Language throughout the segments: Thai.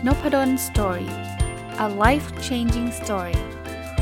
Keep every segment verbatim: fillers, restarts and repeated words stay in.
Nopadon Story. A life-changing story.ส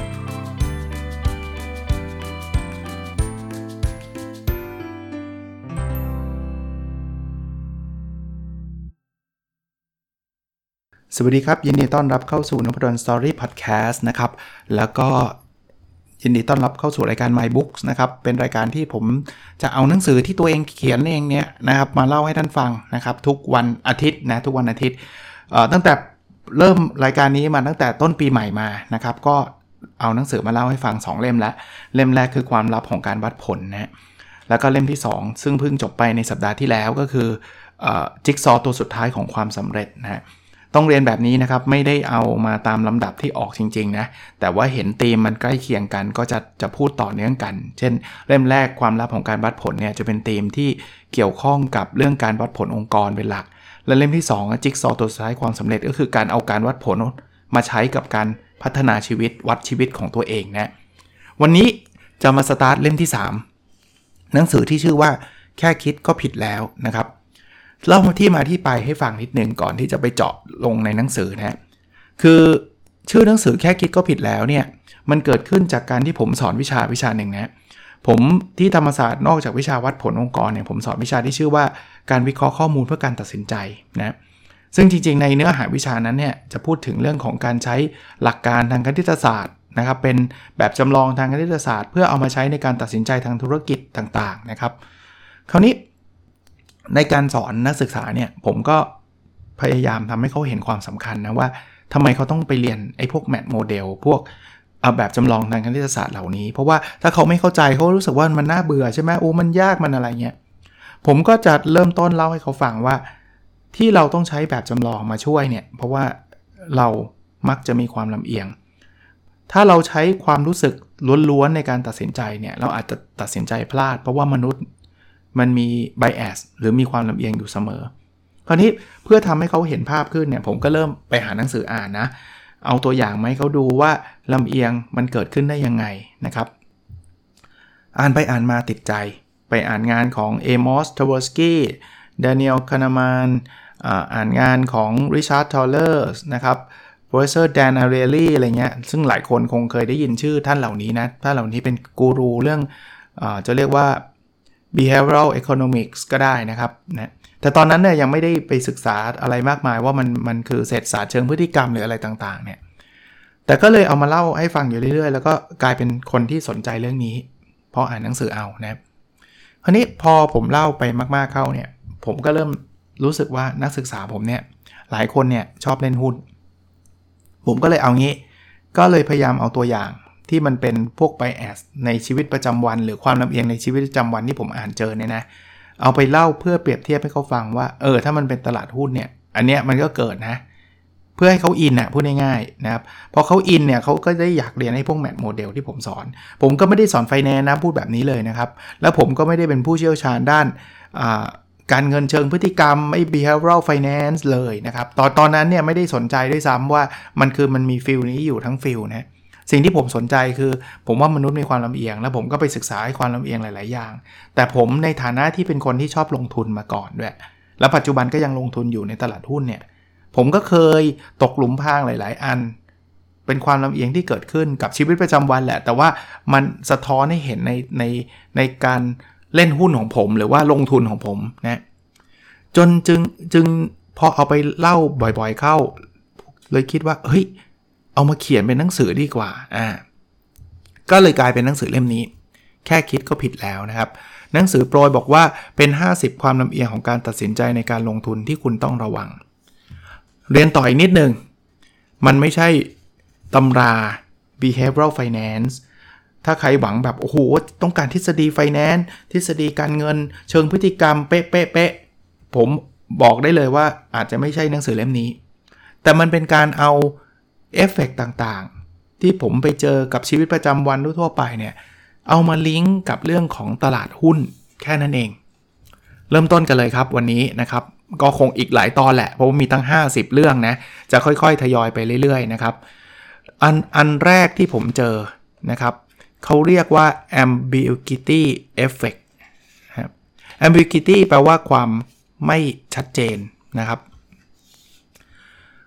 วัสดีครับยินดีต้อนรับเข้าสู่ Nopadon Story Podcast นะครับแล้วก็ยินดีต้อนรับเข้าสู่รายการ My Books นะครับเป็นรายการที่ผมจะเอาหนังสือที่ตัวเองเขียนเองเนี่ยนะครับมาเล่าให้ท่านฟังนะครับทุกวันอาทิตย์นะทุกวันอาทิตย์เอ่อตั้งแต่เริ่มรายการนี้มาตั้งแต่ต้นปีใหม่มานะครับก็เอาหนังสือมาเล่าให้ฟังสองเล่มแล้วเล่มแรกคือความลับของการวัดผลนะแล้วก็เล่มที่สองซึ่งเพิ่งจบไปในสัปดาห์ที่แล้วก็คือเอ่อจิ๊กซอว์ตัวสุดท้ายของความสำเร็จนะฮะต้องเรียนแบบนี้นะครับไม่ได้เอามาตามลำดับที่ออกจริงๆนะแต่ว่าเห็นธีมมันใกล้เคียงกันก็จะจะพูดต่อเนื่องกันเช่นเล่มแรกความลับของการวัดผลเนี่ยจะเป็นธีมที่เกี่ยวข้องกับเรื่องการวัดผลองค์กรเป็นหลักและเล่มที่สองจิ๊กซอว์ตัวสุดท้ายความสำเร็จก็คือการเอาการวัดผลมาใช้กับการพัฒนาชีวิตวัดชีวิตของตัวเองนะวันนี้จะมาสตาร์ทเล่มที่สามหนังสือที่ชื่อว่าแค่คิดก็ผิดแล้วนะครับเล่าที่มาที่ไปให้ฟังนิดนึงก่อนที่จะไปเจาะลงในหนังสือนะคือชื่อหนังสือแค่คิดก็ผิดแล้วเนี่ยมันเกิดขึ้นจากการที่ผมสอนวิชาวิชาหนึ่งนะผมที่ธรรมศาสตร์นอกจากวิชาวัดผลองค์กรเนี่ยผมสอนวิชาที่ชื่อว่าการวิเคราะห์ข้อมูลเพื่อการตัดสินใจนะซึ่งจริงๆในเนื้อหาวิชานั้นเนี่ยจะพูดถึงเรื่องของการใช้หลักการทางคณิตศาสตร์นะครับเป็นแบบจำลองทางคณิตศาสตร์เพื่อเอามาใช้ในการตัดสินใจทางธุรกิจต่างๆนะครับคราวนี้ในการสอนนักศึกษาเนี่ยผมก็พยายามทำให้เขาเห็นความสำคัญนะว่าทำไมเขาต้องไปเรียนไอ้พวกแมทโมเดลพวกเอาแบบจำลองทางคณิตศาสตร์เหล่านี้เพราะว่าถ้าเขาไม่เข้าใจเขารู้สึกว่ามันน่าเบื่อใช่ไหมโอ้มันยากมันอะไรเงี้ยผมก็จะเริ่มต้นเล่าให้เขาฟังว่าที่เราต้องใช้แบบจำลองมาช่วยเนี่ยเพราะว่าเรามักจะมีความลำเอียงถ้าเราใช้ความรู้สึกล้วนๆในการตัดสินใจเนี่ยเราอาจจะตัดสินใจพลาดเพราะว่ามนุษย์มันมี bias หรือมีความลำเอียงอยู่เสมอคราวนี้เพื่อทำให้เขาเห็นภาพขึ้นเนี่ยผมก็เริ่มไปหาหนังสืออ่านนะเอาตัวอย่างมาให้เขาดูว่าลำเอียงมันเกิดขึ้นได้ยังไงนะครับอ่านไปอ่านมาติดใจไปอ่านงานของเอมอส ทาวอร์สกี้ ดานิเอล คานามานอ่านงานของริชาร์ด ทอลเลอร์สนะครับโปรเฟสเซอร์ แดน อาเรลีอะไรเงี้ยซึ่งหลายคนคงเคยได้ยินชื่อท่านเหล่านี้นะท่านเหล่านี้เป็นกูรูเรื่องอ่าจะเรียกว่าbehavioral economics ก็ได้นะครับนะแต่ตอนนั้นเนี่ยยังไม่ได้ไปศึกษาอะไรมากมายว่ามันมันคือเศรษฐศาสตร์เชิงพฤติกรรมหรืออะไรต่างๆเนี่ยแต่ก็เลยเอามาเล่าให้ฟังอยู่เรื่อยๆแล้วก็กลายเป็นคนที่สนใจเรื่องนี้เพราะอ่านหนังสือเอานะคราวนี้พอผมเล่าไปมากๆเข้าเนี่ยผมก็เริ่มรู้สึกว่านักศึกษาผมเนี่ยหลายคนเนี่ยชอบเล่นหุ้นผมก็เลยเอางี้ก็เลยพยายามเอาตัวอย่างที่มันเป็นพวก bias ในชีวิตประจำวันหรือความลำเอียงในชีวิตประจำวันที่ผมอ่านเจอเนี่ยนะเอาไปเล่าเพื่อเปรียบเทียบให้เขาฟังว่าเออถ้ามันเป็นตลาดหุ้นเนี่ยอันเนี้ยมันก็เกิดนะเพื่อให้เขาอินน่ะพูดง่ายๆนะครับพอเขาอินเนี่ยเขาก็ได้อยากเรียนให้พวกแมทโมเดลที่ผมสอนผมก็ไม่ได้สอนไฟแนนซ์นะพูดแบบนี้เลยนะครับแล้วผมก็ไม่ได้เป็นผู้เชี่ยวชาญด้านอ่าการเงินเชิงพฤติกรรมไอ้ behavioral finance เลยนะครับตอนตอนนั้นเนี่ยไม่ได้สนใจด้วยซ้ำว่ามันคือมันมีฟิลนี้อยู่ทั้งฟิลนะสิ่งที่ผมสนใจคือผมว่ามนุษย์มีความลำเอียงแล้วผมก็ไปศึกษาให้ความลำเอียงหลายๆอย่างแต่ผมในฐานะที่เป็นคนที่ชอบลงทุนมาก่อนด้วยแล้วปัจจุบันก็ยังลงทุนอยู่ในตลาดหุ้นเนี่ยผมก็เคยตกหลุมพรางหลายๆอันเป็นความลำเอียงที่เกิดขึ้นกับชีวิตประจำวันแหละแต่ว่ามันสะท้อนให้เห็นในในในการเล่นหุ้นของผมหรือว่าลงทุนของผมนะจนจึงจึงพอเอาไปเล่าบ่อยๆเข้าเลยคิดว่าเฮ้ยเอามาเขียนเป็นหนังสือดีกว่าอ่าก็เลยกลายเป็นหนังสือเล่มนี้แค่คิดก็ผิดแล้วนะครับหนังสือโปรยบอกว่าเป็นห้าสิบความลำเอียงของการตัดสินใจในการลงทุนที่คุณต้องระวังเรียนต่ออีกนิดนึงมันไม่ใช่ตำรา behavioral finance ถ้าใครหวังแบบโอ้โหต้องการทฤษฎี finance ทฤษฎีการเงินเชิงพฤติกรรมเป๊ะๆๆผมบอกได้เลยว่าอาจจะไม่ใช่หนังสือเล่มนี้แต่มันเป็นการเอาเอฟเฟกต์ต่างๆที่ผมไปเจอกับชีวิตประจำวันทั่วไปเนี่ยเอามาลิงก์กับเรื่องของตลาดหุ้นแค่นั้นเองเริ่มต้นกันเลยครับวันนี้นะครับก็คงอีกหลายตอนแหละเพราะว่ามีตั้งห้าสิบเรื่องนะจะค่อยๆทยอยไปเรื่อยๆนะครับอันอันแรกที่ผมเจอนะครับเขาเรียกว่า ambiguity effect ครับ ambiguity แปลว่าความไม่ชัดเจนนะครับ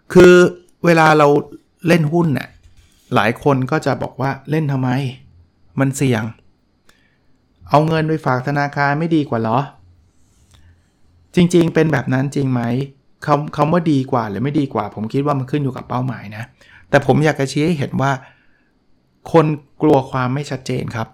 คือเวลาเราเล่นหุ้นน่ะหลายคนก็จะบอกว่าเล่นทำไมมันเสี่ยงเอาเงินไปฝากธนาคารไม่ดีกว่าเหรอจริงๆเป็นแบบนั้นจริงไหมคำคำว่าดีกว่าหรือไม่ดีกว่าผมคิดว่ามันขึ้นอยู่กับเป้าหมายนะแต่ผมอยากจะชี้ให้เห็นว่าคนกลัวความไม่ชัดเจนครับ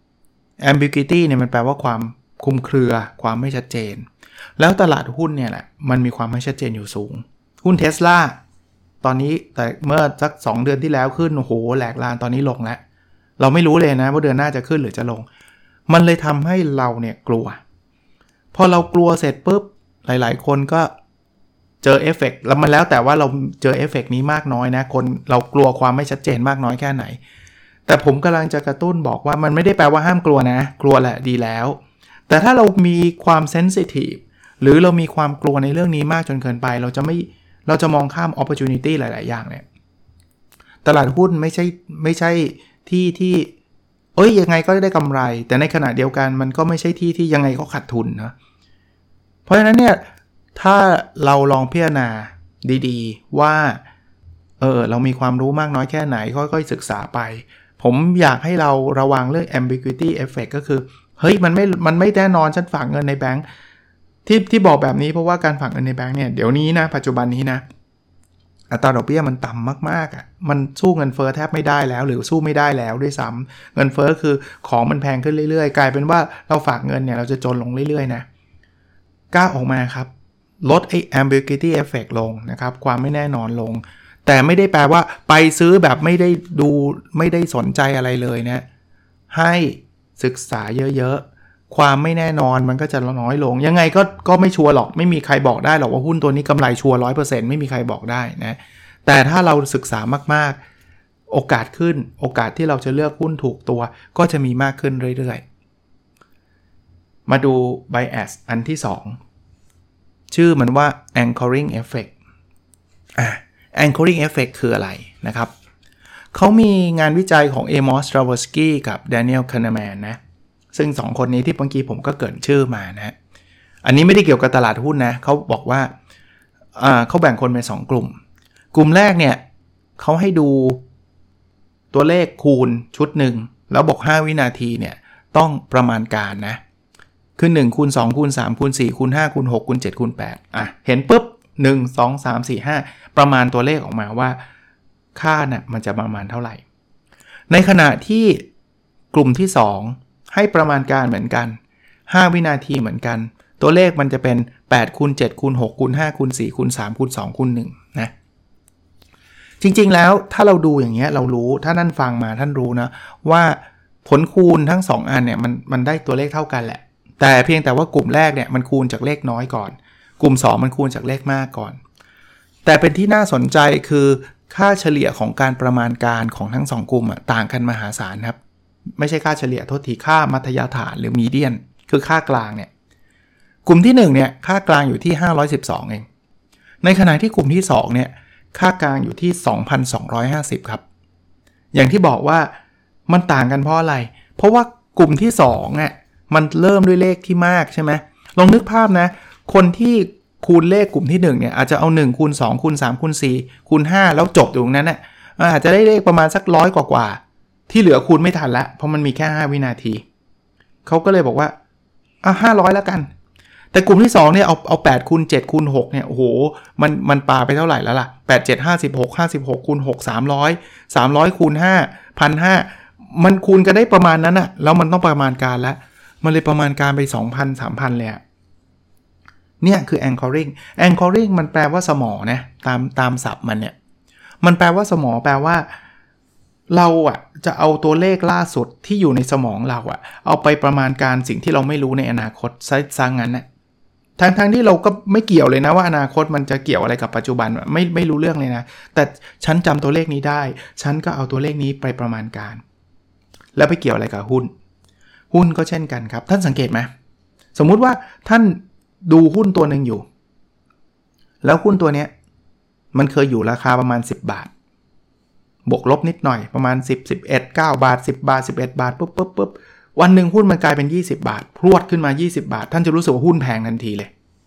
ambiguity เนี่ยมันแปลว่าความคลุมเครือความไม่ชัดเจนแล้วตลาดหุ้นเนี่ยแหละมันมีความไม่ชัดเจนอยู่สูงหุ้น Tesla ตอนนี้แต่เมื่อสักสองเดือนที่แล้วขึ้นโอ้โหแหลกลานตอนนี้ลงแล้วเราไม่รู้เลยนะว่าเดือนหน้าจะขึ้นหรือจะลงมันเลยทำให้เราเนี่ยกลัวพอเรากลัวเสร็จปุ๊บหลายๆคนก็เจอเอฟเฟกต์แล้วมันแล้วแต่ว่าเราเจอเอฟเฟกต์นี้มากน้อยนะคนเรากลัวความไม่ชัดเจนมากน้อยแค่ไหนแต่ผมกำลังจะกระตุ้นบอกว่ามันไม่ได้แปลว่าห้ามกลัวนะกลัวแหละดีแล้วแต่ถ้าเรามีความเซนซิทีฟหรือเรามีความกลัวในเรื่องนี้มากจนเกินไปเราจะไม่เราจะมองข้าม opportunity หลายๆอย่างเนี่ยตลาดหุ้นไม่ใช่ไม่ใช่ที่ที่เอ้ยยังไงก็ได้กำไรแต่ในขณะเดียวกันมันก็ไม่ใช่ที่ที่ยังไงก็ขาดทุนนะเพราะฉะนั้นเนี่ยถ้าเราลองพิจารณาดีๆว่าเออเรามีความรู้มากน้อยแค่ไหนค่อยๆศึกษาไปผมอยากให้เราระวังเรื่อง ambiguity effect ก็คือเฮ้ยมันไม่มันไม่แน่นอนฉันฝากเงินในแบงค์ที่ที่บอกแบบนี้เพราะว่าการฝากเงินในแบงค์เนี่ยเดี๋ยวนี้นะปัจจุบันนี้นะอัตราดอกเบี้ยมันต่ำมากๆอ่ะมันสู้เงินเฟ้อแทบไม่ได้แล้วหรือสู้ไม่ได้แล้วด้วยซ้ำเงินเฟ้อคือของมันแพงขึ้นเรื่อยๆกลายเป็นว่าเราฝากเงินเนี่ยเราจะจนลงเรื่อยๆนะกล้าออกมาครับลดไอ้ ambiguity effect ลงนะครับความไม่แน่นอนลงแต่ไม่ได้แปลว่าไปซื้อแบบไม่ได้ดูไม่ได้สนใจอะไรเลยนะให้ศึกษาเยอะๆความไม่แน่นอนมันก็จะน้อยลงยังไงก็ก็ไม่ชัวร์หรอกไม่มีใครบอกได้หรอกว่าหุ้นตัวนี้กำไรชัวร์ ร้อยเปอร์เซ็นต์ ไม่มีใครบอกได้นะแต่ถ้าเราศึกษามากๆโอกาสขึ้นโอกาสที่เราจะเลือกหุ้นถูกตัวก็จะมีมากขึ้นเรื่อยๆมาดู bias อันที่สองชื่อมันว่า anchoring effect อ่ะ anchoring effect คืออะไรนะครับเขามีงานวิจัยของเอมอส ทราเวอร์สกี้กับแดเนียล คานาแมนนะซึ่งสองคนนี้ที่เมื่อกี้ผมก็เกริ่นชื่อมานะอันนี้ไม่ได้เกี่ยวกับตลาดหุ้นนะเขาบอกว่าอ่าเขาแบ่งคนเป็นสองกลุ่มกลุ่มแรกเนี่ยเขาให้ดูตัวเลขคูณชุดหนึ่งแล้วบอกห้าวินาทีเนี่ยต้องประมาณการนะคือหนึ่งคูณสองคูณสามคูณสี่คูณห้าคูณหกคูณเจ็ดคูณแปดอ่ะเห็นปุ๊บหนึ่ง สอง สาม สี่ ห้าประมาณตัวเลขออกมาว่าค่าน่ะมันจะประมาณเท่าไหร่ในขณะที่กลุ่มที่สองให้ประมาณการเหมือนกันห้าวินาทีเหมือนกันตัวเลขมันจะเป็นแปดคูณเจ็ดคูณหกคูณห้าคูณสี่คูณสามคูณสองคูณหนึ่งนะจริงๆแล้วถ้าเราดูอย่างเงี้ยเรารู้ถ้าท่านฟังมาท่านรู้นะว่าผลคูณทั้งสองอันเนี่ยมันมันได้ตัวเลขเท่ากันแหละแต่เพียงแต่ว่ากลุ่มแรกเนี่ยมันคูณจากเลขน้อยก่อนกลุ่มสองมันคูณจากเลขมากก่อนแต่เป็นที่น่าสนใจคือค่าเฉลี่ยของการประมาณการของทั้งสองกลุ่มอะต่างกันมหาศาลครับไม่ใช่ค่าเฉลี่ยโทษทีค่ามัธยฐานหรือมีเดียนคือค่ากลางเนี่ยกลุ่มที่หนึ่งเนี่ยค่ากลางอยู่ที่ห้าร้อยสิบสองเองในขณะที่กลุ่มที่สองเนี่ยค่ากลางอยู่ที่ สองพันสองร้อยห้าสิบ ครับอย่างที่บอกว่ามันต่างกันเพราะอะไรเพราะว่ากลุ่มที่สองอ่ะมันเริ่มด้วยเลขที่มากใช่ไหมลองนึกภาพนะคนที่คูณเลขกลุ่มที่หนึ่งเนี่ยอาจจะเอาหนึ่งคูณสองคูณสามคูณสี่คูณห้าแล้วจบอยู่ตรงนั้นน่ะอาจจะได้เลขประมาณสักร้อยกว่าๆที่เหลือคูณไม่ทันละเพราะมันมีแค่ห้าวินาทีเขาก็เลยบอกว่าอ่ะห้าร้อยแล้วกันแต่กลุ่มที่สองเนี่ยเอาเอาแปดคูณเจ็ดคูณหกเนี่ยโอ้โหมันมันปาไปเท่าไหร่แล้วล่ะแปด เจ็ด ห้าสิบหก ห้าสิบหกคูณหก สามร้อย สามร้อยคูณห้า หนึ่งพันห้าร้อยมันคูณกันได้ประมาณนั้นน่ะแล้วมันต้องประมาณการแล้วมันเลยประมาณการไป สองพัน สามพัน เลยอ่ะเนี่ยคือ anchoring anchoring มันแปลว่าสมอนะตามตามศัพท์มันเนี่ยมันแปลว่าสมอแปลว่าเราอ่ะจะเอาตัวเลขล่าสุดที่อยู่ในสมองเราอ่ะเอาไปประมาณการสิ่งที่เราไม่รู้ในอนาคตซะงั้นนะทั้งทั้งที่เราก็ไม่เกี่ยวเลยนะว่าอนาคตมันจะเกี่ยวอะไรกับปัจจุบันไม่ไม่รู้เรื่องเลยนะแต่ฉันจำตัวเลขนี้ได้ฉันก็เอาตัวเลขนี้ไปประมาณการแล้วไปเกี่ยวอะไรกับหุ้นหุ้นก็เช่นกันครับท่านสังเกตไหมสมมุติว่าท่านดูหุ้นตัวหนึ่งอยู่แล้วหุ้นตัวนี้มันเคยอยู่ราคาประมาณสิบบาทบวกลบนิดหน่อยประมาณสิบ สิบเอ็ด เก้าบาทสิบบาทสิบเอ็ดบาทปุ๊บปุ๊บปุ๊บวันหนึ่งหุ้นมันกลายเป็นยี่สิบบาทพรวดขึ้นมายี่สิบบาทท่านจะรู้สึกว่าหุ้นแพงทันทีเลย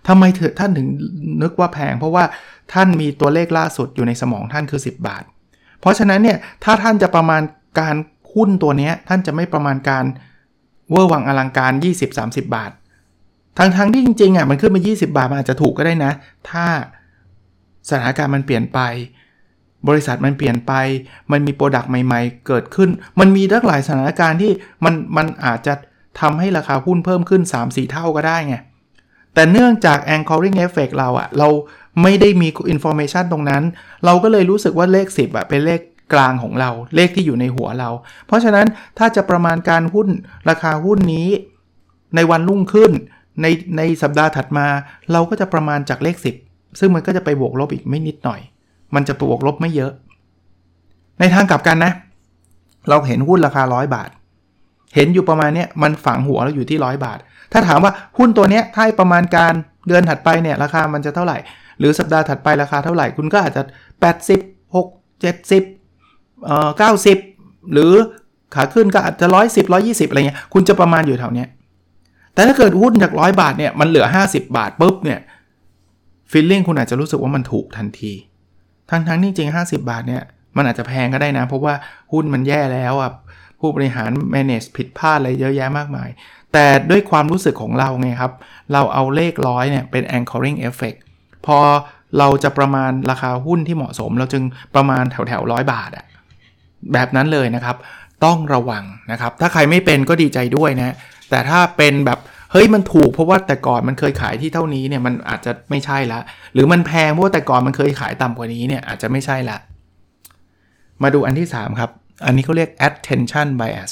ทำไมเถอะท่านถึงนึกว่าแพงเพราะว่าท่านมีตัวเลขล่าสุดอยู่ในสมองท่านคือสิบบาทเพราะฉะนั้นเนี่ยถ้าท่านจะประมาณการหุ้นตัวนี้ท่านจะไม่ประมาณการเวอร์วังอลังการ ยี่สิบถึงสามสิบ บาททั้งๆที่จริงๆอ่ะมันขึ้นมายี่สิบบาทมันอาจจะถูกก็ได้นะถ้าสถานการณ์มันเปลี่ยนไปบริษัทมันเปลี่ยนไปมันมีโปรดักต์ใหม่ๆเกิดขึ้นมันมีหลายสถานการณ์ที่มันมันอาจจะทำให้ราคาหุ้นเพิ่มขึ้น สามถึงสี่ เท่าก็ได้ไงแต่เนื่องจาก anchoring effect เราอะเราไม่ได้มี information ตรงนั้นเราก็เลยรู้สึกว่าเลขสิบอะเป็นเลขกลางของเราเลขที่อยู่ในหัวเราเพราะฉะนั้นถ้าจะประมาณการหุ้นราคาหุ้นนี้ในวันรุ่งขึ้นในในสัปดาห์ถัดมาเราก็จะประมาณจากเลขสิบซึ่งมันก็จะไปบวกลบอีกไม่นิดหน่อยมันจะบวกลบไม่เยอะในทางกลับกันนะเราเห็นหุ้นราคาหนึ่งร้อยบาทเห็นอยู่ประมาณนี้มันฝังหัวเราอยู่ที่หนึ่งร้อยบาทถ้าถามว่าหุ้นตัวนี้ถ้าประมาณการเดือนถัดไปเนี่ยราคามันจะเท่าไหร่หรือสัปดาห์ถัดไปราคาเท่าไหร่คุณก็อาจจะแปดสิบ หกสิบ เจ็ดสิบเอ่อเก้าสิบหรือขาขึ้นก็อาจจะหนึ่งร้อยสิบ หนึ่งร้อยยี่สิบอะไรเงี้ยคุณจะประมาณอยู่แถวเนี้ยแต่ถ้าเกิดหุ้นจากหนึ่งร้อยบาทเนี่ยมันเหลือห้าสิบบาทปุ๊บเนี่ยฟีลลิ่งคุณอาจจะรู้สึกว่ามันถูกทันทีทั้งๆที่จริงห้าสิบบาทเนี่ยมันอาจจะแพงก็ได้นะเพราะว่าหุ้นมันแย่แล้วอ่ะผู้บริหาร manage ผิดพลาดอะไรเยอะแยะมากมายแต่ด้วยความรู้สึกของเราไงครับเราเอาเลขร้อยเนี่ยเป็น anchoring effect พอเราจะประมาณราคาหุ้นที่เหมาะสมเราจึงประมาณแถวแถวร้อยบาทอะแบบนั้นเลยนะครับต้องระวังนะครับถ้าใครไม่เป็นก็ดีใจด้วยนะแต่ถ้าเป็นแบบเฮ้ยมันถูกเพราะว่าแต่ก่อนมันเคยขายที่เท่านี้เนี่ยมันอาจจะไม่ใช่ละหรือมันแพงเพราะว่าแต่ก่อนมันเคยขายต่ำกว่านี้เนี่ยอาจจะไม่ใช่ละมาดูอันที่สามครับอันนี้เขาเรียก attention bias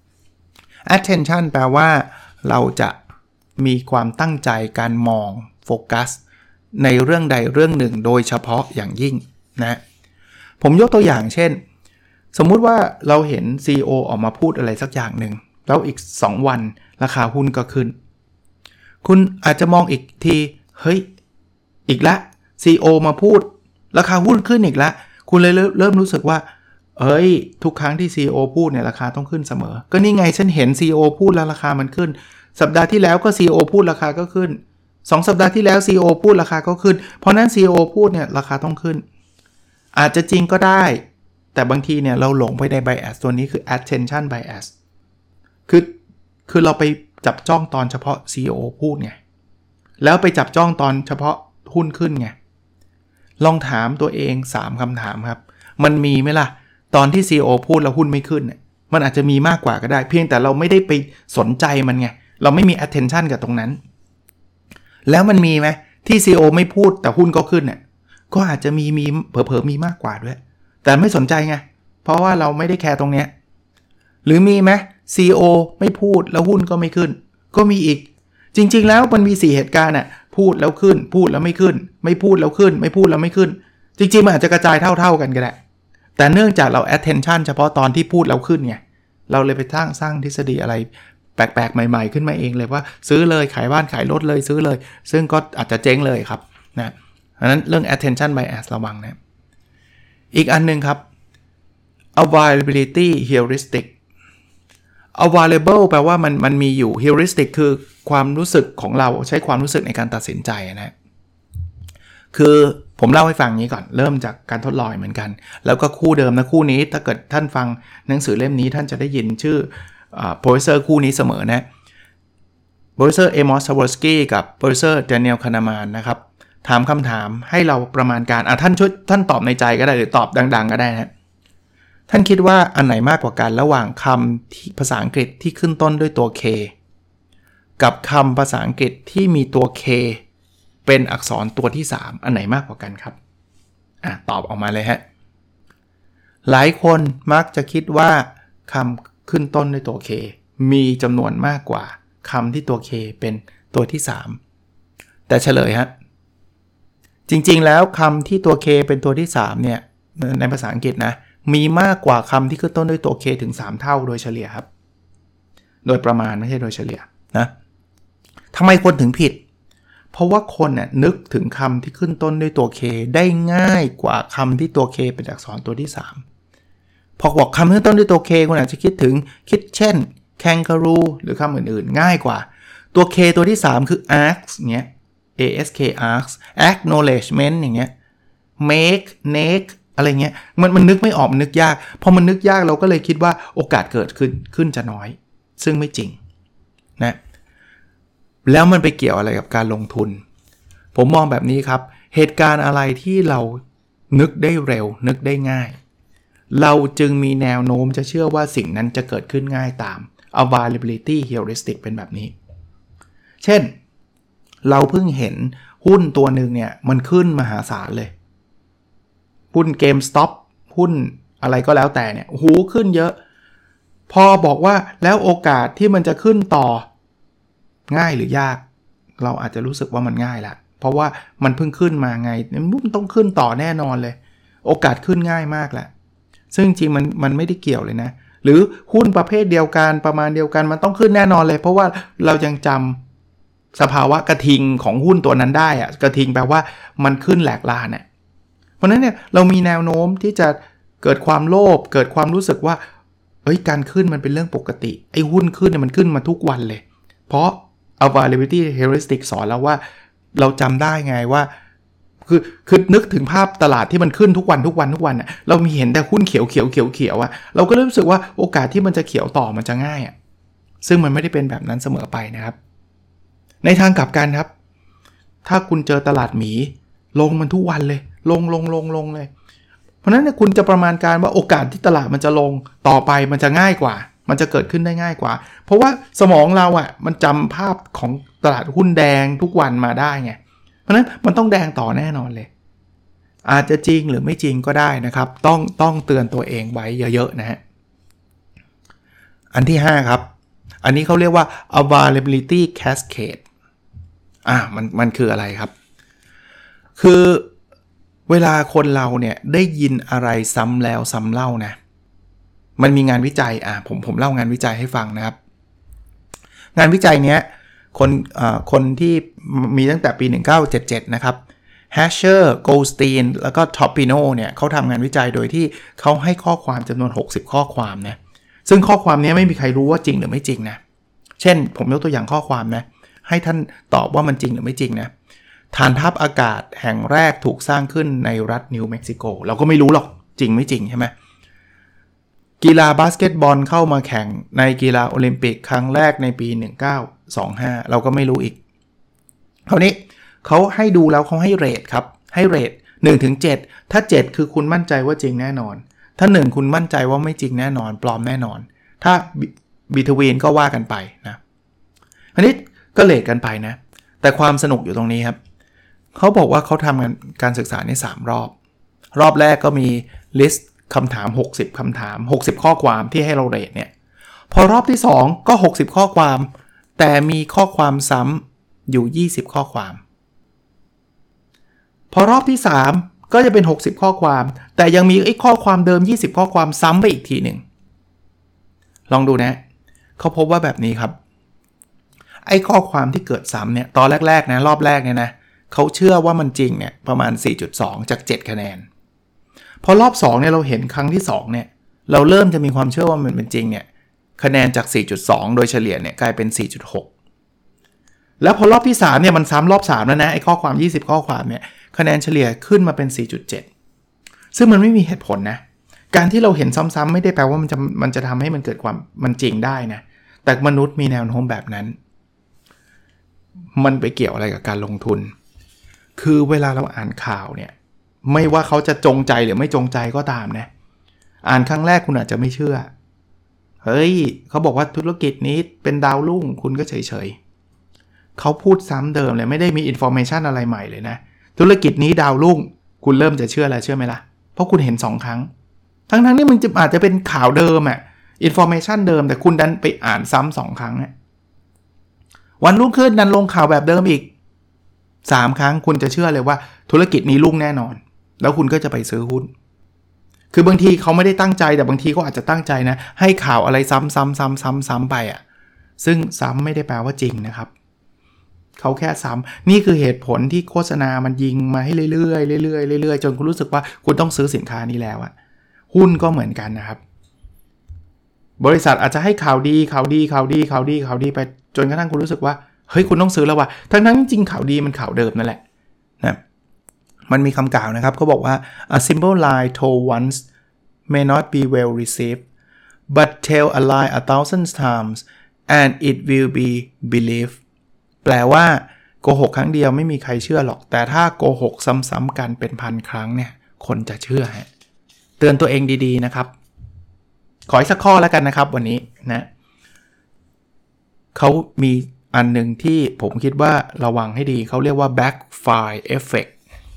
attention แปลว่าเราจะมีความตั้งใจการมองโฟกัสในเรื่องใดเรื่องหนึ่งโดยเฉพาะอย่างยิ่งนะผมยกตัวอย่างเช่นสมมุติว่าเราเห็น ซี อี โอ ออกมาพูดอะไรสักอย่างหนึ่งแล้วอีกสองวันราคาหุ้นก็ขึ้นคุณอาจจะมองอีกทีเฮ้ยอีกละ ซี อี โอ มาพูดราคาหุ้นขึ้นอีกละคุณเลยเริ่มรู้สึกว่าเอ้ยทุกครั้งที่ ซี อี โอ พูดเนี่ยราคาต้องขึ้นเสมอก็นี่ไงฉันเห็น ซี อี โอ พูดแล้วราคามันขึ้นสัปดาห์ที่แล้วก็ ซี อี โอ พูดราคาก็ขึ้นสองสัปดาห์ที่แล้ว ซี อี โอ พูดราคาก็ขึ้นเพราะนั้น ซี อี โอ พูดเนี่ยราคาต้องขึ้นอาจจะจริงก็ได้แต่บางทีเนี่ยเราหลงไปใน bias ตัวนี้คือ attention bias คือคือเราไปจับจ้องตอนเฉพาะ ซี อี โอ พูดไงแล้วไปจับจ้องตอนเฉพาะหุ้นขึ้นไงลองถามตัวเองสามคำถามครับมันมีไหมล่ะตอนที่ ซี อี โอ พูดแล้วหุ้นไม่ขึ้นเนี่ยมันอาจจะมีมากกว่าก็ได้เพียงแต่เราไม่ได้ไปสนใจมันไงเราไม่มี attention กับตรงนั้นแล้วมันมีไหมที่ ซี อี โอ ไม่พูดแต่หุ้นก็ขึ้นเนี่ยก็อาจจะมีมีเผลอๆมีมากกว่าด้วยแต่ไม่สนใจไงเพราะว่าเราไม่ได้แคร์ตรงเนี้ยหรือมีไหม ซี อี โอ ไม่พูดแล้วหุ้นก็ไม่ขึ้นก็มีอีกจริงๆแล้วมันมีสี่เหตุการณ์น่ะพูดแล้วขึ้นพูดแล้วไม่ขึ้นไม่พูดแล้วขึ้นไม่พูดแล้วไม่ขึ้นจริงๆมันอาจจะกระจายเท่าๆกันก็ได้แต่เนื่องจากเรา attention เฉพาะตอนที่พูดแล้วขึ้นไงเราเลยไปสร้างสร้างทฤษฎีอะไรแปลกๆใหม่ๆขึ้นมาเองเลยว่าซื้อเลยขายบ้านขายรถเลยซื้อเลยซึ่งก็อาจจะเจ๊งเลยครับนะเพราะนั้นเรื่อง attention bias ระวังนะอีกอันนึงครับ availability heuristic available แปลว่ามันมันมีอยู่ heuristic คือความรู้สึกของเราใช้ความรู้สึกในการตัดสินใจนะคือผมเล่าให้ฟังนี้ก่อนเริ่มจากการทดลองเหมือนกันแล้วก็คู่เดิมนะคู่นี้ถ้าเกิดท่านฟังหนังสือเล่มนี้ท่านจะได้ยินชื่อโปรเฟสเซอร์คู่นี้เสมอนะโปรเฟสเซอร์เอมอส ซาวอร์สกี้กับโปรเฟสเซอร์แดเนียล คานามานนะครับถามคำถามให้เราประมาณการอ่ะท่านช่วยท่านตอบในใจก็ได้หรือตอบดังๆก็ได้นะท่านคิดว่าอันไหนมากกว่ากันระหว่างคำที่ภาษาอังกฤษที่ขึ้นต้นด้วยตัว K กับคำภาษาอังกฤษที่มีตัว K เป็นอักษรตัวที่สามอันไหนมากกว่ากันครับอ่ะตอบออกมาเลยฮะหลายคนมักจะคิดว่าคำขึ้นต้นด้วยตัว K มีจำนวนมากกว่าคำที่ตัว K เป็นตัวที่สามแต่เฉลยฮะจริงๆแล้วคำที่ตัว K เป็นตัวที่สามเนี่ยในภาษาอังกฤษนะมีมากกว่าคำที่ขึ้นต้นด้วยตัว K ถึงสามเท่าโดยเฉลี่ยครับโดยประมาณไม่ใช่โดยเฉลี่ยนะทำไมคนถึงผิดเพราะว่าคนน่ะนึกถึงคำที่ขึ้นต้นด้วยตัว K ได้ง่ายกว่าคำที่ตัว K เป็นอักษรตัวที่สามพอบอกคำขึ้นต้นด้วยตัว K คุณอาจจะคิดถึงคิดเช่น kangaroo หรือคำอื่นๆง่ายกว่าตัว K ตัวที่สามคือ axe เงี้ยเอ เอส เค ask acknowledgement อย่างเงี้ย make make อะไรเงี้ยมันมันนึกไม่ออกมันนึกยากพอมันนึกยากเราก็เลยคิดว่าโอกาสเกิดขึ้นขึ้นจะน้อยซึ่งไม่จริงนะแล้วมันไปเกี่ยวอะไรกับการลงทุนผมมองแบบนี้ครับเหตุการณ์อะไรที่เรานึกได้เร็วนึกได้ง่ายเราจึงมีแนวโน้มจะเชื่อว่าสิ่งนั้นจะเกิดขึ้นง่ายตาม availability heuristic เป็นแบบนี้เช่นเราเพิ่งเห็นหุ้นตัวหนึ่งเนี่ยมันขึ้นมหาศาลเลยหุ้น GameStop หุ้นอะไรก็แล้วแต่เนี่ยโอ้โหขึ้นเยอะพอบอกว่าแล้วโอกาสที่มันจะขึ้นต่อง่ายหรือยากเราอาจจะรู้สึกว่ามันง่ายละเพราะว่ามันเพิ่งขึ้นมาไงมันต้องขึ้นต่อแน่นอนเลยโอกาสขึ้นง่ายมากแหละซึ่งจริงมันมันไม่ได้เกี่ยวเลยนะหรือหุ้นประเภทเดียวกันประมาณเดียวกันมันต้องขึ้นแน่นอนเลยเพราะว่าเรายังจำสภาวะกระทิงของหุ้นตัวนั้นได้อะกระทิงแปลว่ามันขึ้นแหลกลานเนี่ยเพราะนั้นเนี่ยเรามีแนวโน้มที่จะเกิดความโลภเกิดความรู้สึกว่าเอ้ยการขึ้นมันเป็นเรื่องปกติไอ้หุ้นขึ้นเนี่ยมันขึ้นมาทุกวันเลยเพราะ availability heuristic สอนแล้วว่าเราจำได้ไงว่าคือคือนึกถึงภาพตลาดที่มันขึ้นทุกวันทุกวันทุกวันอ่ะเรามีเห็นแต่หุ้นเขียวเขียวเขียวเขียวอ่ะเราก็รู้สึกว่าโอกาสที่มันจะเขียวต่อมันจะง่ายอ่ะซึ่งมันไม่ได้เป็นแบบนั้นเสมอไปนะครับในทางกลับกันครับถ้าคุณเจอตลาดหมีลงมันทุกวันเลยลงลงลงลงเลยเพราะนั้นเนี่ยคุณจะประมาณการว่าโอกาสที่ตลาดมันจะลงต่อไปมันจะง่ายกว่ามันจะเกิดขึ้นได้ง่ายกว่าเพราะว่าสมองเราอ่ะมันจำภาพของตลาดหุ้นแดงทุกวันมาได้ไงเพราะนั้นมันต้องแดงต่อแน่นอนเลยอาจจะจริงหรือไม่จริงก็ได้นะครับต้องต้องเตือนตัวเองไว้เยอะๆนะฮะอันที่ห้าครับอันนี้เขาเรียกว่า availability cascade อ่ะมันมันคืออะไรครับคือเวลาคนเราเนี่ยได้ยินอะไรซ้ำแล้วซ้ำเล่านะมันมีงานวิจัยอ่ะผมผมเล่างานวิจัยให้ฟังนะครับงานวิจัยเนี้ยคนอ่าคนที่มีตั้งแต่ปีหนึ่งพันเก้าร้อยเจ็ดสิบเจ็ดนะครับ Hasher Goldstein แล้วก็ Topino เนี่ยเขาทำงานวิจัยโดยที่เขาให้ข้อความจำนวนหกสิบข้อความนะซึ่งข้อความนี้ไม่มีใครรู้ว่าจริงหรือไม่จริงนะเช่นผมยกตัวอย่างข้อความนะให้ท่านตอบว่ามันจริงหรือไม่จริงนะฐานทัพอากาศแห่งแรกถูกสร้างขึ้นในรัฐนิวเม็กซิโกเราก็ไม่รู้หรอกจริงไม่จริงใช่ไหมกีฬาบาสเกตบอลเข้ามาแข่งในกีฬาโอลิมปิกครั้งแรกในปีหนึ่งพันเก้าร้อยยี่สิบห้าเราก็ไม่รู้อีกคราวนี้เขาให้ดูแล้วเขาให้เรทครับให้เรท หนึ่งถึงเจ็ด ถ้าเจ็ดคือคุณมั่นใจว่าจริงแน่นอนถ้าหนึ่งคุณมั่นใจว่าไม่จริงแน่นอนปลอมแน่นอนถ้าบิทวีนก็ว่ากันไปนะอันนี้ก็เรทกันไปนะแต่ความสนุกอยู่ตรงนี้ครับเขาบอกว่าเขาทำการการศึกษาในสามรอบรอบแรกก็มีลิสต์คำถามหกสิบคำถามหกสิบข้อความที่ให้เราเรทเนี่ยพอรอบที่สองก็หกสิบข้อความแต่มีข้อความซ้ำอยู่ยี่สิบข้อความพอรอบที่สามก็จะเป็นหกสิบข้อความแต่ยังมีไอ้ข้อความเดิมยี่สิบข้อความซ้ำไปอีกทีหนึ่งลองดูนะเขาพบว่าแบบนี้ครับไอ้ข้อความที่เกิดซ้ำเนี่ยตอนแรกๆนะรอบแรกเนี่ยนะเขาเชื่อว่ามันจริงเนี่ยประมาณ สี่จุดสอง จากเจ็ดคะแนนพอรอบสองเนี่ยเราเห็นครั้งที่สองเนี่ยเราเริ่มจะมีความเชื่อว่ามันเป็นจริงเนี่ยคะแนนจาก สี่จุดสอง โดยเฉลี่ยเนี่ยกลายเป็น สี่จุดหก แล้วพอรอบที่สามเนี่ยมันซ้ำรอบสามแล้วนะไอ้ข้อความยี่สิบข้อความเนี่ยคะแนนเฉลี่ยขึ้นมาเป็น สี่จุดเจ็ด ซึ่งมันไม่มีเหตุผลนะการที่เราเห็นซ้ำๆไม่ได้แปลว่ามันจะมันจะทำให้มันเกิดความมันจริงได้นะแต่มนุษย์มีแนวโน้มแบบนั้นมันไปเกี่ยวอะไรกับการลงทุนคือเวลาเราอ่านข่าวเนี่ยไม่ว่าเขาจะจงใจหรือไม่จงใจก็ตามนะอ่านครั้งแรกคุณอาจจะไม่เชื่อเฮ้ยเขาบอกว่าธุรกิจนี้เป็นดาวรุ่งคุณก็เฉยๆเขาพูดซ้ำเดิมเลยไม่ได้มีอินฟอร์เมชันอะไรใหม่เลยนะธุรกิจนี้ดาวรุ่งคุณเริ่มจะเชื่อแล้วเชื่อไหมล่ะเพราะคุณเห็นสองครั้งทั้งๆนี่มันอาจจะเป็นข่าวเดิมอ่ะอินฟอร์เมชันเดิมแต่คุณดันไปอ่านซ้ำสองครั้งอ่ะวันรุ่งขึ้นดันลงข่าวแบบเดิมอีกสามครั้งคุณจะเชื่อเลยว่าธุรกิจนี้รุ่งแน่นอนแล้วคุณก็จะไปซื้อหุ้นคือบางทีเขาไม่ได้ตั้งใจแต่บางทีก็อาจจะตั้งใจนะให้ข่าวอะไรซ้ำๆๆๆๆไปอ่ะซึ่งซ้ำไม่ได้แปลว่าจริงนะครับเขาแค่ซ้ำนี่คือเหตุผลที่โฆษณามันยิงมาให้เรื่อยๆเรื่อยๆเรื่อยๆจนคุณรู้สึกว่าคุณต้องซื้อสินค้านี้แล้วอ่ะหุ้นก็เหมือนกันนะครับบริษัทอาจจะให้ข่าวดีข่าวดีข่าวดีข่าวดีข่าวดีไปจนกระทั่งคุณรู้สึกว่าเฮ้ยคุณต้องซื้อแล้วว่ะทั้งๆจริงข่าวดีมันข่าวเดิมนั่นแหละนะมันมีคำกล่าวนะครับเขาบอกว่า a simple lie told once may not be well received but tell a lie a thousand times and it will be believed แปลว่าโกหกครั้งเดียวไม่มีใครเชื่อหรอกแต่ถ้าโกหกซ้ำๆกันเป็นพันครั้งเนี่ยคนจะเชื่อฮะเตือนตัวเองดีๆนะครับขออีกสักข้อแล้วกันนะครับวันนี้นะเขามีอันหนึ่งที่ผมคิดว่าระวังให้ดีเขาเรียกว่า backfire effect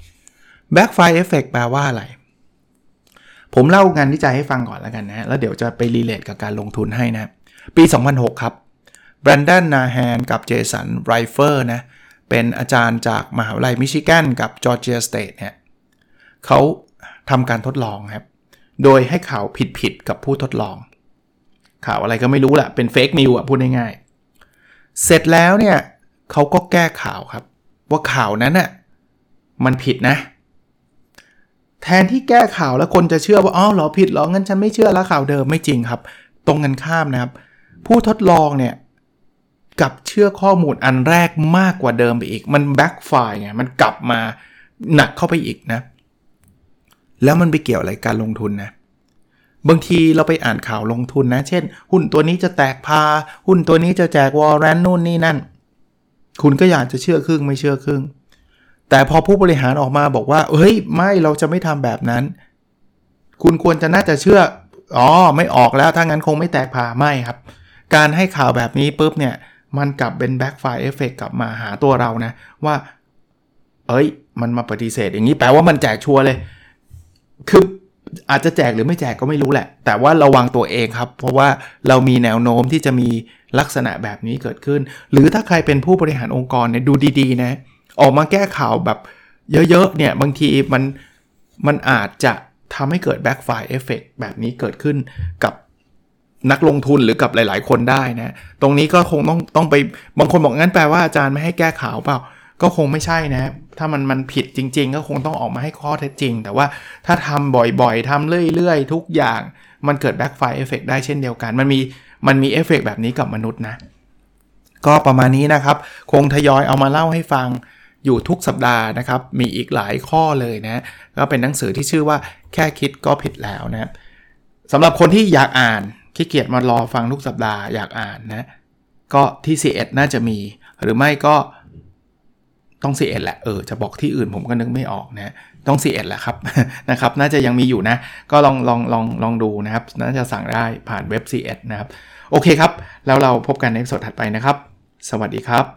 backfire effect แปลว่าอะไรผมเล่างานวิจัยให้ฟังก่อนแล้วกันนะแล้วเดี๋ยวจะไปรีเลทกับการลงทุนให้นะปีสองพันหกครับแบรนดอนนาแฮนกับเจสันไรเฟอร์นะเป็นอาจารย์จากมหาวิทยาลัยมิชิแกนกับจอร์เจียสเตทเนี่ยเขาทำการทดลองครับโดยให้ข่าวผิดๆกับผู้ทดลองข่าวอะไรก็ไม่รู้แหละเป็นเฟกนิวอ่ะพูดง่ายๆเสร็จแล้วเนี่ยเขาก็แก้ข่าวครับว่าข่าวนั้นน่ะมันผิดนะแทนที่แก้ข่าวแล้วคนจะเชื่อว่าอ๋อเหรอผิดเหรองั้นฉันไม่เชื่อแล้วข่าวเดิมไม่จริงครับตรงกันข้ามนะครับผู้ทดลองเนี่ยกับเชื่อข้อมูลอันแรกมากกว่าเดิมไปอีกมันแบ็คไฟร์ไงมันกลับมาหนักเข้าไปอีกนะแล้วมันไปเกี่ยวอะไรการลงทุนนะบางทีเราไปอ่านข่าวลงทุนนะเช่นหุ้นตัวนี้จะแตกพาหุ้นตัวนี้จะแจกวอร์เรนต์นู่นนี่นั่นคุณก็อยากจะเชื่อครึ่งไม่เชื่อครึ่งแต่พอผู้บริหารออกมาบอกว่าเฮ้ยไม่เราจะไม่ทำแบบนั้นคุณควรจะน่าจะเชื่ออ๋อไม่ออกแล้วถ้างั้นคงไม่แตกพาไม่ครับการให้ข่าวแบบนี้ปุ๊บเนี่ยมันกลับเป็นแบ็คไฟร์เอฟเฟคกลับมาหาตัวเรานะว่าเอ้ยมันมาปฏิเสธอย่างนี้แปลว่ามันแจกชัวร์เลยคืออาจจะแจกหรือไม่แจกก็ไม่รู้แหละแต่ว่าระวังตัวเองครับเพราะว่าเรามีแนวโน้มที่จะมีลักษณะแบบนี้เกิดขึ้นหรือถ้าใครเป็นผู้บริหารองค์กรเนี่ยดูดีๆนะออกมาแก้ข่าวแบบเยอะๆเนี่ยบางทีมันมันอาจจะทำให้เกิด backfire effect แบบนี้เกิดขึ้นกับนักลงทุนหรือกับหลายๆคนได้นะตรงนี้ก็คงต้องต้องไปบางคนบอกงั้นแปลว่าอาจารย์ไม่ให้แก้ข่าวเปล่าก็คงไม่ใช่นะถ้ามันมันผิดจริงๆก็คงต้องออกมาให้ข้อเท็จจริงแต่ว่าถ้าทำบ่อยๆทำเรื่อยๆทุกอย่างมันเกิด backfire effect ได้เช่นเดียวกันมันมีมันมีเอฟเฟกต์แบบนี้กับมนุษย์นะก็ประมาณนี้นะครับคงทยอยเอามาเล่าให้ฟังอยู่ทุกสัปดาห์นะครับมีอีกหลายข้อเลยนะก็เป็นหนังสือที่ชื่อว่าแค่คิดก็ผิดแล้วนะสำหรับคนที่อยากอ่านขี้เกียจมารอฟังทุกสัปดาห์อยากอ่านนะก็ที่ ซี เอ็ด น่าจะมีหรือไม่ก็ต้อง ซี เอ็ด แหละเออจะบอกที่อื่นผมก็นึกไม่ออกนะต้อง ซี เอ็ด แหละครับ นะครับน่าจะยังมีอยู่นะก็ลองลองลองลองดูนะครับน่าจะสั่งได้ผ่านเว็บ ซี เอ็ด นะครับโอเคครับแล้วเราพบกันในตอนถัดไปนะครับสวัสดีครับ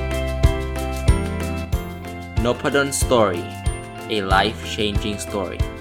Nopadon Story, a life-changing story.